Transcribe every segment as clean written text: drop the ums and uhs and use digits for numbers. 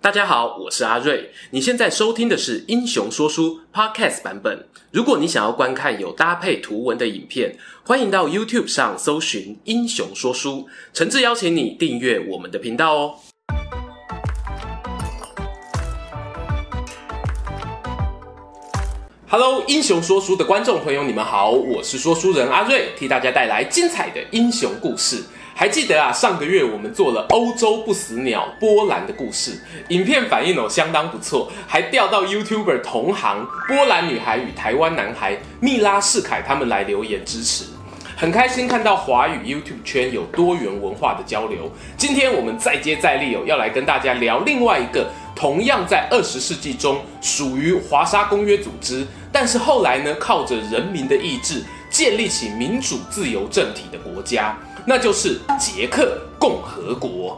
大家好，我是阿瑞。你现在收听的是英雄说书 Podcast 版本。如果你想要观看有搭配图文的影片，欢迎到 YouTube 上搜寻英雄说书，诚挚邀请你订阅我们的频道哦。Hello， 英雄说书的观众朋友，你们好，我是说书人阿瑞，替大家带来精彩的英雄故事。还记得上个月我们做了欧洲不死鸟波兰的故事，影片反应相当不错，还调到 YouTuber 同行波兰女孩与台湾男孩蜜拉世凯他们来留言支持，很开心看到华语 YouTube 圈有多元文化的交流。今天我们再接再厉要来跟大家聊另外一个同样在20世纪中属于华沙公约组织，但是后来呢靠着人民的意志建立起民主自由政体的国家，那就是捷克共和国。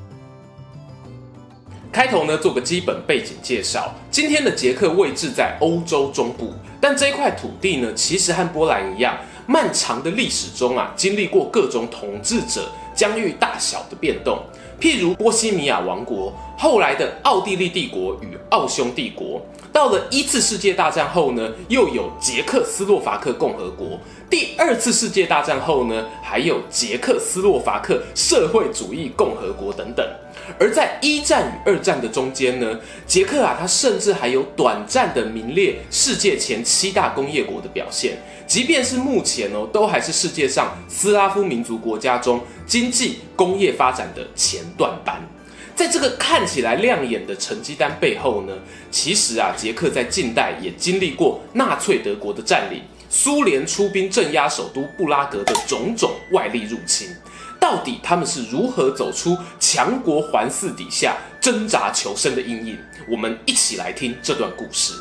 开头呢做个基本背景介绍，今天的捷克位置在欧洲中部，但这块土地呢其实和波兰一样，漫长的历史中经历过各种统治者疆域大小的变动，譬如波西米亚王国，后来的奥地利帝国与奥匈帝国，到了1次世界大战后呢，又有捷克斯洛伐克共和国，第2次世界大战后呢，还有捷克斯洛伐克社会主义共和国等等。而在1战与2战的中间呢，捷克它甚至还有短暂的名列世界前7大工业国的表现，即便是目前都还是世界上斯拉夫民族国家中经济工业发展的前段班。在这个看起来亮眼的成绩单背后呢，其实捷克在近代也经历过纳粹德国的占领，苏联出兵镇压首都布拉格的种种外力入侵。到底他们是如何走出强国环伺底下挣扎求生的阴影？我们一起来听这段故事。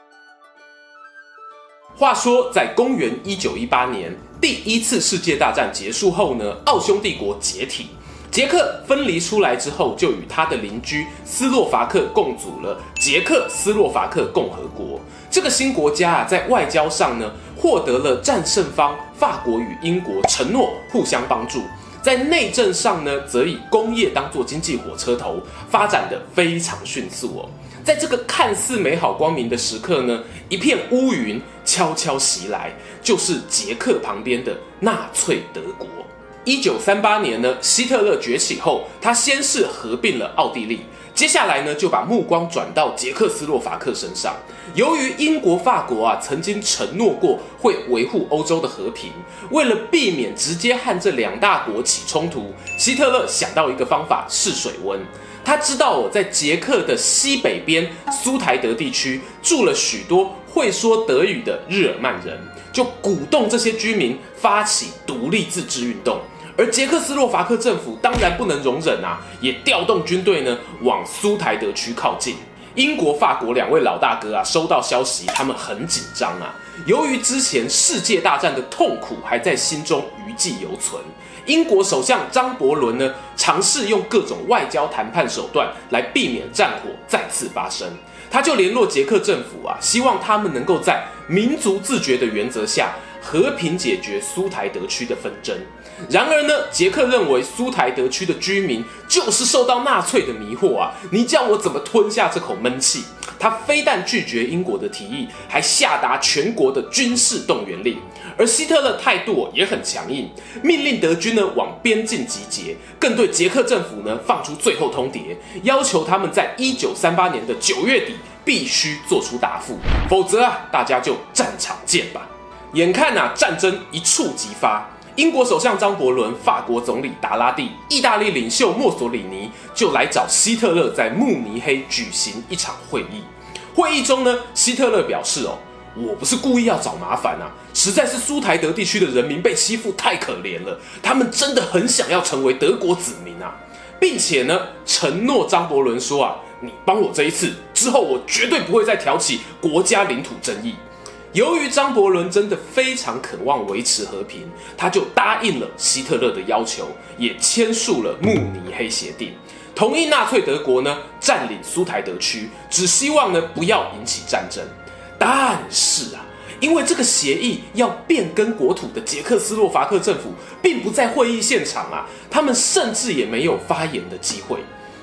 话说在公元1918年，第1次世界大战结束后呢，奥匈帝国解体，捷克分离出来之后，就与他的邻居斯洛伐克共组了捷克斯洛伐克共和国。这个新国家在外交上呢，获得了战胜方法国与英国承诺互相帮助，在内政上呢，则以工业当作经济火车头，发展得非常迅速在这个看似美好光明的时刻呢，一片乌云悄悄袭来，就是捷克旁边的纳粹德国。1938年呢，希特勒崛起后，他先是合并了奥地利，接下来呢就把目光转到捷克斯洛伐克身上。由于英国、法国曾经承诺过会维护欧洲的和平，为了避免直接和这2大国起冲突，希特勒想到一个方法试水温。他知道在捷克的西北边苏台德地区住了许多会说德语的日耳曼人，就鼓动这些居民发起独立自治运动。而捷克斯洛伐克政府当然不能容忍也调动军队呢往苏台德区靠近。英国、法国2位老大哥收到消息，他们很紧张由于之前世界大战的痛苦还在心中余悸犹存，英国首相张伯伦呢尝试用各种外交谈判手段来避免战火再次发生。他就联络捷克政府希望他们能够在民族自决的原则下和平解决苏台德区的纷争。然而呢，捷克认为苏台德区的居民就是受到纳粹的迷惑你叫我怎么吞下这口闷气？他非但拒绝英国的提议，还下达全国的军事动员令。而希特勒态度也很强硬，命令德军呢往边境集结，更对捷克政府呢放出最后通牒，要求他们在1938年的9月底必须做出答复，否则大家就战场见吧。眼看战争一触即发，英国首相张伯伦、法国总理达拉蒂、意大利领袖墨索里尼就来找希特勒在慕尼黑举行一场会议。会议中呢，希特勒表示我不是故意要找麻烦实在是苏台德地区的人民被欺负太可怜了，他们真的很想要成为德国子民并且呢承诺张伯伦说你帮我这一次之后，我绝对不会再挑起国家领土争议。由于张伯伦真的非常渴望维持和平，他就答应了希特勒的要求，也签署了慕尼黑协定，同意纳粹德国呢占领苏台德区，只希望呢不要引起战争。但是因为这个协议要变更国土的捷克斯洛伐克政府并不在会议现场他们甚至也没有发言的机会。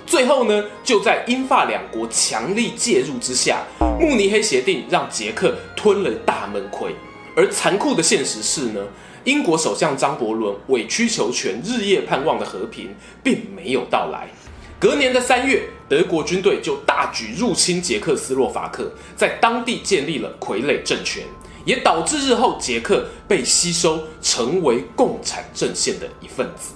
最后呢，就在英法两国强力介入之下，慕尼黑协定让捷克吞了大闷亏。而残酷的现实是呢，英国首相张伯伦委曲求全，日夜盼望的和平并没有到来。隔年的3月，德国军队就大举入侵捷克斯洛伐克，在当地建立了傀儡政权，也导致日后捷克被吸收成为共产阵线的一份子。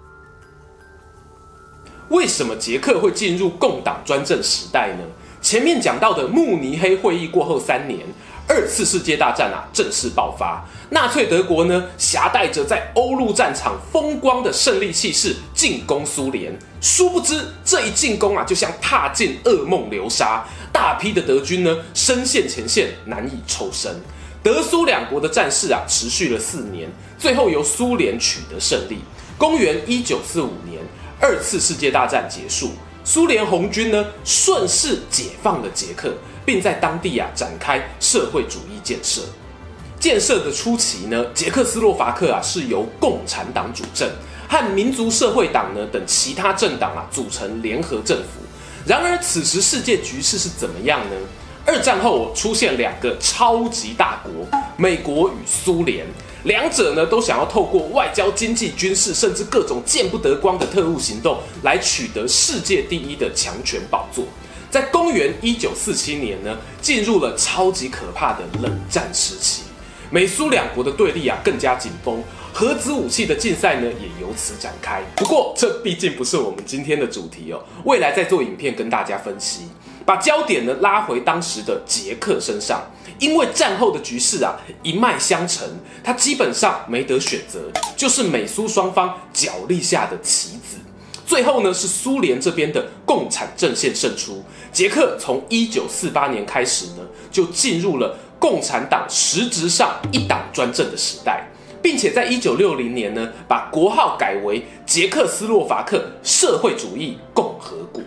为什么捷克会进入共党专政时代呢？前面讲到的慕尼黑会议过后3年，2次世界大战正式爆发。纳粹德国呢，携带着在欧陆战场风光的胜利气势进攻苏联。殊不知这一进攻就像踏进噩梦流沙，大批的德军呢深陷前线，难以抽身。德苏两国的战事持续了4年，最后由苏联取得胜利。公元1945年，2次世界大战结束，苏联红军呢顺势解放了捷克，并在当地展开社会主义建设。建设的初期呢，捷克斯洛伐克是由共产党主政，和民族社会党呢等其他政党组成联合政府。然而此时世界局势是怎么样呢？2战后出现2个超级大国，美国与苏联，两者呢都想要透过外交、经济、军事，甚至各种见不得光的特务行动，来取得世界第一的强权宝座。在公元1947年呢，进入了超级可怕的冷战时期，美苏两国的对立更加紧绷，核子武器的竞赛呢也由此展开。不过这毕竟不是我们今天的主题哦，未来再做影片跟大家分析。把焦点呢拉回当时的捷克身上，因为战后的局势一脉相承，它基本上没得选择，就是美苏双方角力下的棋子。最后呢是苏联这边的共产阵线胜出，捷克从1948年开始呢就进入了共产党实质上一党专政的时代，并且在1960年呢把国号改为捷克斯洛伐克社会主义共和国。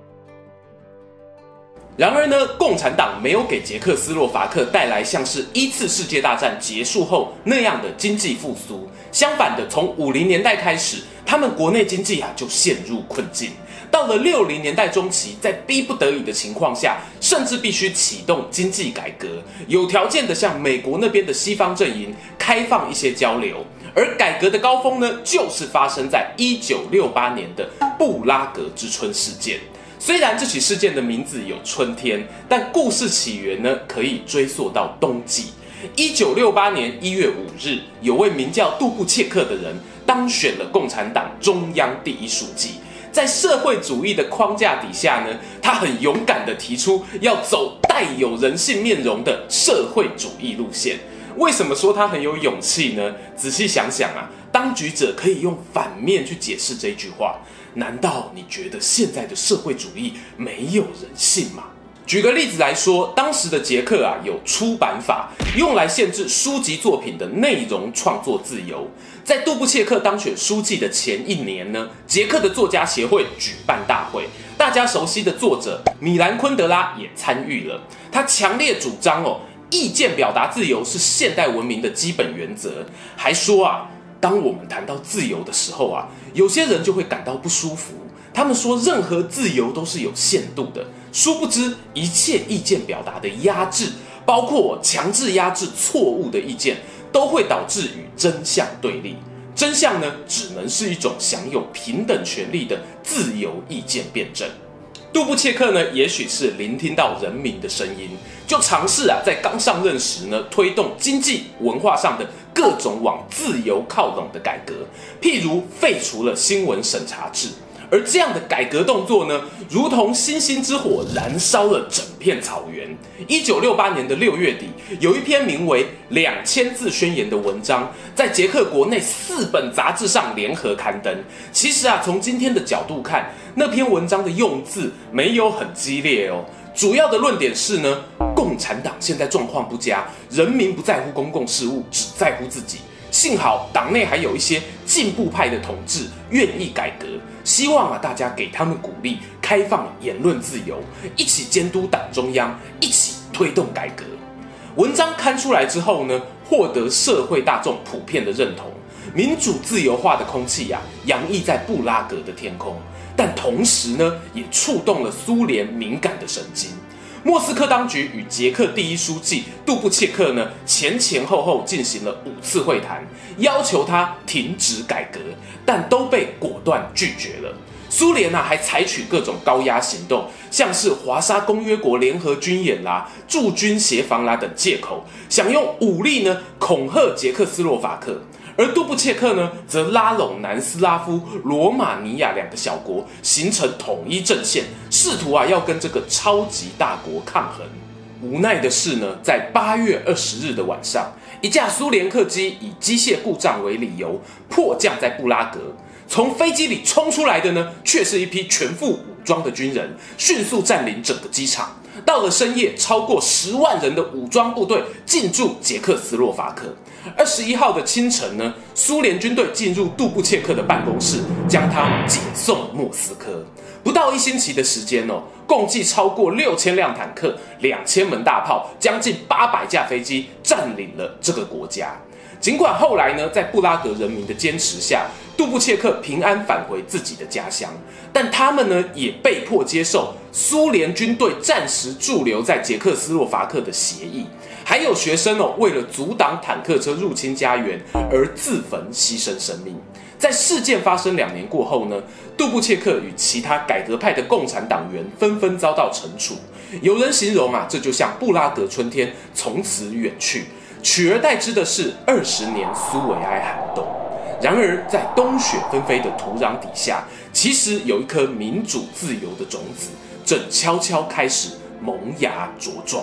然而呢，共产党没有给捷克斯洛伐克带来像是1次世界大战结束后那样的经济复苏，相反的，从50年代开始，他们国内经济就陷入困境。到了60年代中期，在逼不得已的情况下，甚至必须启动经济改革，有条件的向美国那边的西方阵营开放一些交流。而改革的高峰呢，就是发生在1968年的布拉格之春事件。虽然这起事件的名字有春天，但故事起源呢可以追溯到冬季。1968年1月5日，有位名叫杜布切克的人当选了共产党中央第1书记。在社会主义的框架底下呢，他很勇敢地提出要走带有人性面容的社会主义路线。为什么说他很有勇气呢？仔细想想当局者可以用反面去解释这句话。难道你觉得现在的社会主义没有人性吗？举个例子来说，当时的捷克有出版法，用来限制书籍作品的内容创作自由。在杜布切克当选书记的前1年呢，捷克的作家协会举办大会，大家熟悉的作者米兰昆德拉也参与了。他强烈主张意见表达自由是现代文明的基本原则，还说当我们谈到自由的时候有些人就会感到不舒服。他们说任何自由都是有限度的，殊不知一切意见表达的压制，包括强制压制错误的意见，都会导致与真相对立。真相呢，只能是一种享有平等权利的自由意见辩证。杜布切克呢，也许是聆听到人民的声音，就尝试在刚上任时呢，推动经济文化上的各种往自由靠拢的改革，譬如废除了新闻审查制。而这样的改革动作呢，如同星星之火燃烧了整片草原。1968年的6月底，有一篇名为《2000字宣言》的文章，在捷克国内4本杂志上联合刊登。其实从今天的角度看，那篇文章的用字没有很激烈主要的论点是呢，共产党现在状况不佳，人民不在乎公共事务，只在乎自己。幸好党内还有一些进步派的统治愿意改革，希望大家给他们鼓励，开放言论自由，一起监督党中央，一起推动改革。文章刊出来之后呢，获得社会大众普遍的认同，民主自由化的空气洋溢在布拉格的天空。 但同时呢，也触动了苏联敏感的神经。莫斯科当局与捷克第一书记杜布切克呢，前后进行了5次会谈，要求他停止改革，但都被果断拒绝了。苏联还采取各种高压行动，像是华沙公约国联合军演啦、驻军协防啦等借口，想用武力呢恐吓捷克斯洛伐克。而杜布切克呢，则拉拢南斯拉夫、罗马尼亚2个小国，形成统一阵线，试图要跟这个超级大国抗衡。无奈的是呢，在8月20日的晚上，一架苏联客机以机械故障为理由迫降在布拉格。从飞机里冲出来的呢，却是一批全副武装的军人，迅速占领整个机场。到了深夜，超过10万人的武装部队进驻捷克斯洛伐克。21号的清晨呢，苏联军队进入杜布切克的办公室，将他解送莫斯科。不到1星期的时间共计超过6000辆坦克、2000门大炮、将近800架飞机占领了这个国家。尽管后来呢，在布拉格人民的坚持下，杜布切克平安返回自己的家乡，但他们呢也被迫接受苏联军队暂时驻留在捷克斯洛伐克的协议。还有学生为了阻挡坦克车入侵家园而自焚牺牲生命。在事件发生2年过后呢，杜布切克与其他改革派的共产党员纷纷遭到惩处。有人形容这就像布拉格春天从此远去，取而代之的是20年苏维埃寒冬。然而，在冬雪纷飞的土壤底下，其实有一颗民主自由的种子，正悄悄开始萌芽茁壮。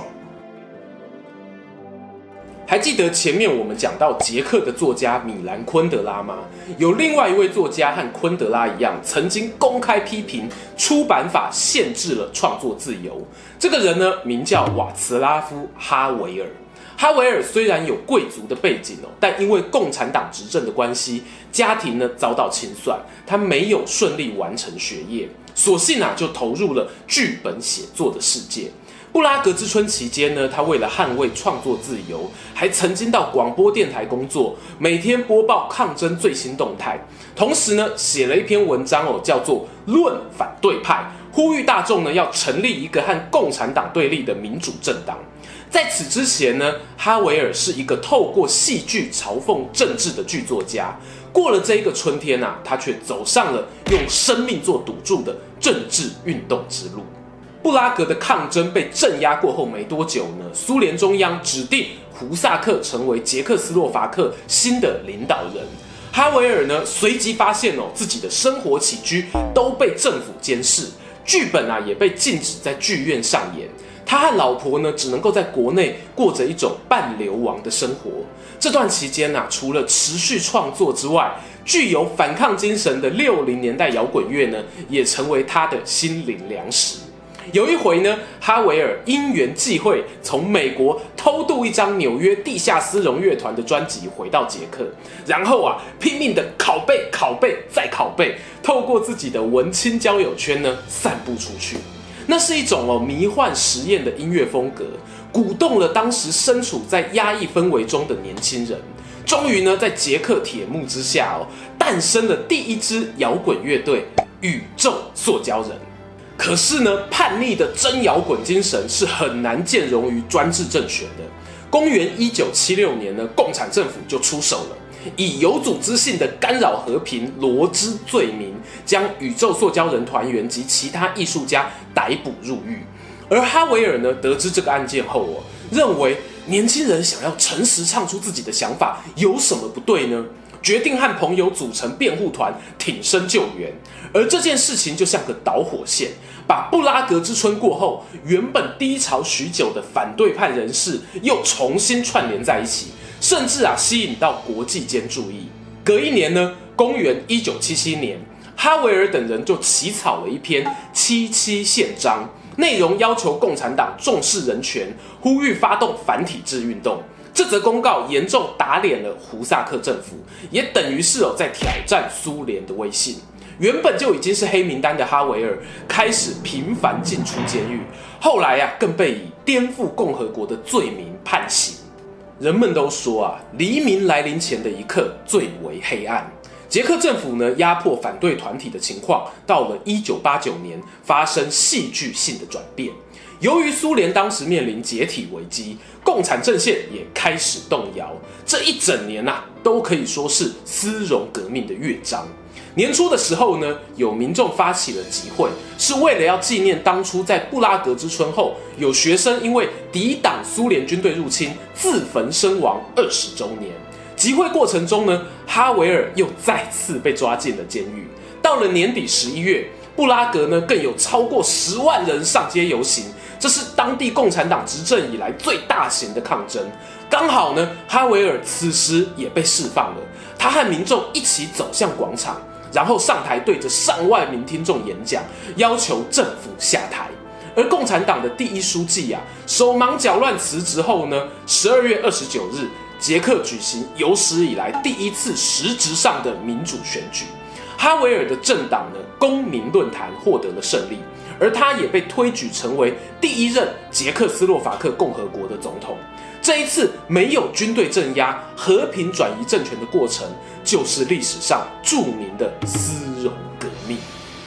还记得前面我们讲到捷克的作家米兰·昆德拉吗？有另外一位作家和昆德拉一样，曾经公开批评出版法限制了创作自由。这个人呢，名叫瓦茨拉夫·哈维尔。哈维尔虽然有贵族的背景但因为共产党执政的关系，家庭呢遭到清算，他没有顺利完成学业，索性就投入了剧本写作的世界。布拉格之春期间呢，他为了捍卫创作自由，还曾经到广播电台工作，每天播报抗争最新动态。同时呢，写了一篇文章叫做《论反对派》，呼吁大众呢要成立一个和共产党对立的民主政党。在此之前呢，哈维尔是一个透过戏剧嘲讽政治的剧作家。过了这一个春天他却走上了用生命做赌注的政治运动之路。布拉格的抗争被镇压过后没多久呢，苏联中央指定胡萨克成为捷克斯洛伐克新的领导人。哈维尔呢随即发现自己的生活起居都被政府监视，剧本也被禁止在剧院上演。他和老婆呢只能够在国内过着一种半流亡的生活。这段期间除了持续创作之外，具有反抗精神的60年代摇滚乐呢也成为他的心灵粮食。有一回呢，哈维尔因缘际会从美国偷渡一张纽约地下丝绒乐团的专辑回到捷克，然后拼命的拷贝、再拷贝，透过自己的文青交友圈呢散布出去。那是一种迷幻实验的音乐风格，鼓动了当时身处在压抑氛围中的年轻人。终于呢，在捷克铁幕之下诞生了第一支摇滚乐队——宇宙塑胶人。可是呢，叛逆的真摇滚精神是很难兼容于专制政权的。公元1976年呢，共产政府就出手了，以有组织性的干扰和平罗织罪名，将宇宙塑胶人团员及其他艺术家逮捕入狱。而哈维尔呢，得知这个案件后认为年轻人想要诚实唱出自己的想法有什么不对呢？决定和朋友组成辩护团，挺身救援。而这件事情就像个导火线，把布拉格之春过后原本低潮许久的反对派人士又重新串联在一起，甚至吸引到国际间注意。隔一年呢，公元1977年，哈维尔等人就起草了一篇77宪章，内容要求共产党重视人权，呼吁发动反体制运动。这则公告严重打脸了胡萨克政府，也等于是在挑战苏联的威信。原本就已经是黑名单的哈维尔开始频繁进出监狱，后来更被以颠覆共和国的罪名判刑。人们都说黎明来临前的一刻最为黑暗。 捷克政府呢压迫反对团体的情况，到了1989年发生戏剧性的转变。由于苏联当时面临解体危机，共产阵线也开始动摇。这一整年都可以说是丝绒革命的乐章。年初的时候呢，有民众发起了集会，是为了要纪念当初在布拉格之春后，有学生因为抵挡苏联军队入侵自焚身亡20周年。集会过程中呢，哈维尔又再次被抓进了监狱。到了年底11月，布拉格呢更有超过10万人上街游行，这是当地共产党执政以来最大型的抗争。刚好呢，哈维尔此时也被释放了，他和民众一起走向广场，然后上台对着上万名听众演讲，要求政府下台。而共产党的第一书记手忙脚乱辞职后呢，12月29日，捷克举行有史以来第一次实质上的民主选举。哈维尔的政党呢，公民论坛获得了胜利，而他也被推举成为第一任捷克斯洛伐克共和国的总统。这一次没有军队镇压、和平转移政权的过程，就是历史上著名的丝绒革命。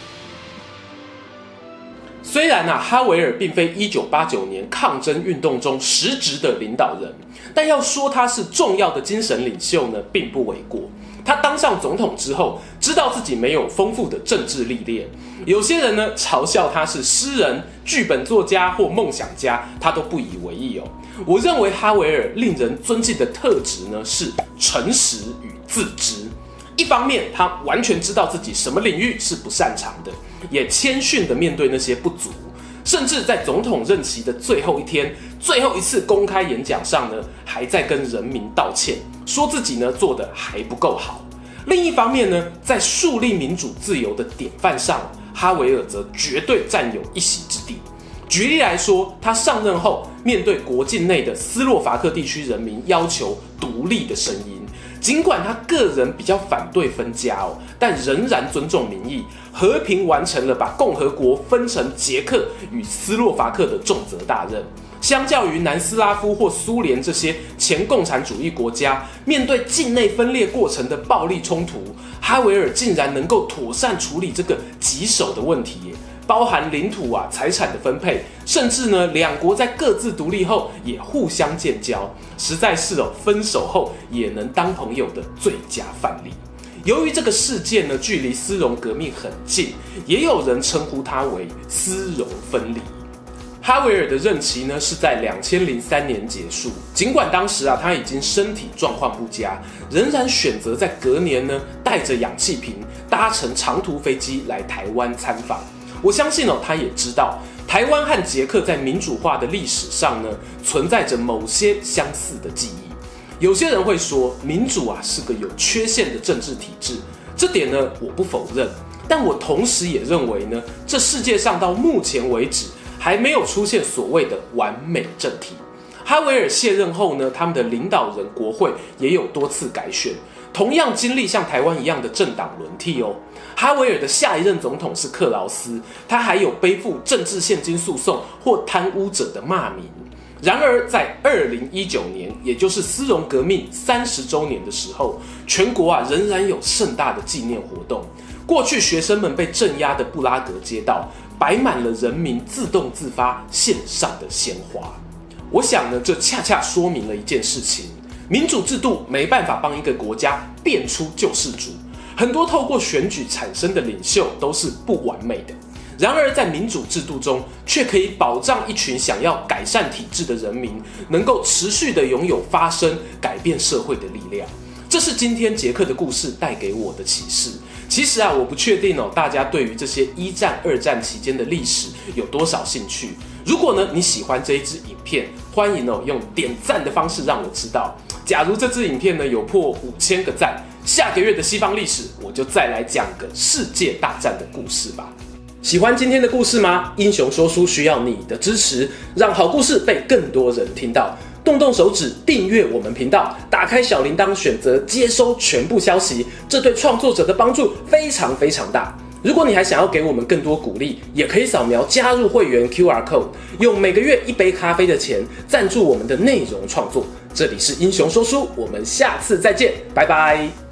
虽然哈维尔并非1989年抗争运动中实质的领导人，但要说他是重要的精神领袖呢，并不为过。他当上总统之后，知道自己没有丰富的政治历练，有些人呢嘲笑他是诗人、剧本作家或梦想家，他都不以为意哦。我认为哈维尔令人尊敬的特质呢是诚实与自知。一方面，他完全知道自己什么领域是不擅长的，也谦逊地面对那些不足，甚至在总统任期的最后一天、最后一次公开演讲上呢，还在跟人民道歉，说自己呢做得还不够好。另一方面呢，在树立民主自由的典范上，哈维尔则绝对占有一席之地。举例来说，他上任后，面对国境内的斯洛伐克地区人民要求独立的声音，尽管他个人比较反对分家但仍然尊重民意，和平完成了把共和国分成捷克与斯洛伐克的重责大任。相较于南斯拉夫或苏联这些前共产主义国家，面对境内分裂过程的暴力冲突，哈维尔竟然能够妥善处理这个棘手的问题，包含领土财产的分配，甚至呢两国在各自独立后也互相建交，实在是分手后也能当朋友的最佳范例。由于这个事件呢距离丝绒革命很近，也有人称呼它为丝绒分离。哈维尔的任期呢是在2003年结束，尽管当时他已经身体状况不佳，仍然选择在隔年呢带着氧气瓶搭乘长途飞机来台湾参访。我相信他也知道台湾和捷克在民主化的历史上呢存在着某些相似的记忆。有些人会说民主是个有缺陷的政治体制，这点呢我不否认，但我同时也认为呢，这世界上到目前为止还没有出现所谓的完美政体。哈维尔卸任后呢，他们的领导人国会也有多次改选，同样经历像台湾一样的政党轮替哦。哈维尔的下一任总统是克劳斯，他还有背负政治现金诉讼或贪污者的骂名。然而在2019年，也就是丝绒革命30周年的时候，全国仍然有盛大的纪念活动。过去学生们被镇压的布拉格街道摆满了人民自动自发献上的鲜花。我想呢，这恰恰说明了一件事情：民主制度没办法帮一个国家变出救世主，很多透过选举产生的领袖都是不完美的。然而在民主制度中，却可以保障一群想要改善体制的人民能够持续的拥有发声、改变社会的力量。这是今天捷克的故事带给我的启示。其实我不确定大家对于这些1战、2战期间的历史有多少兴趣。如果呢你喜欢这一支影片，欢迎用点赞的方式让我知道。假如这支影片呢有破5000个赞，下个月的西方历史我就再来讲个世界大战的故事吧。喜欢今天的故事吗？英雄说书需要你的支持，让好故事被更多人听到。动动手指订阅我们频道，打开小铃铛，选择接收全部消息，这对创作者的帮助非常非常大。如果你还想要给我们更多鼓励，也可以扫描加入会员 QR Code， 用每个月1杯咖啡的钱赞助我们的内容创作。这里是英雄说书，我们下次再见，拜拜。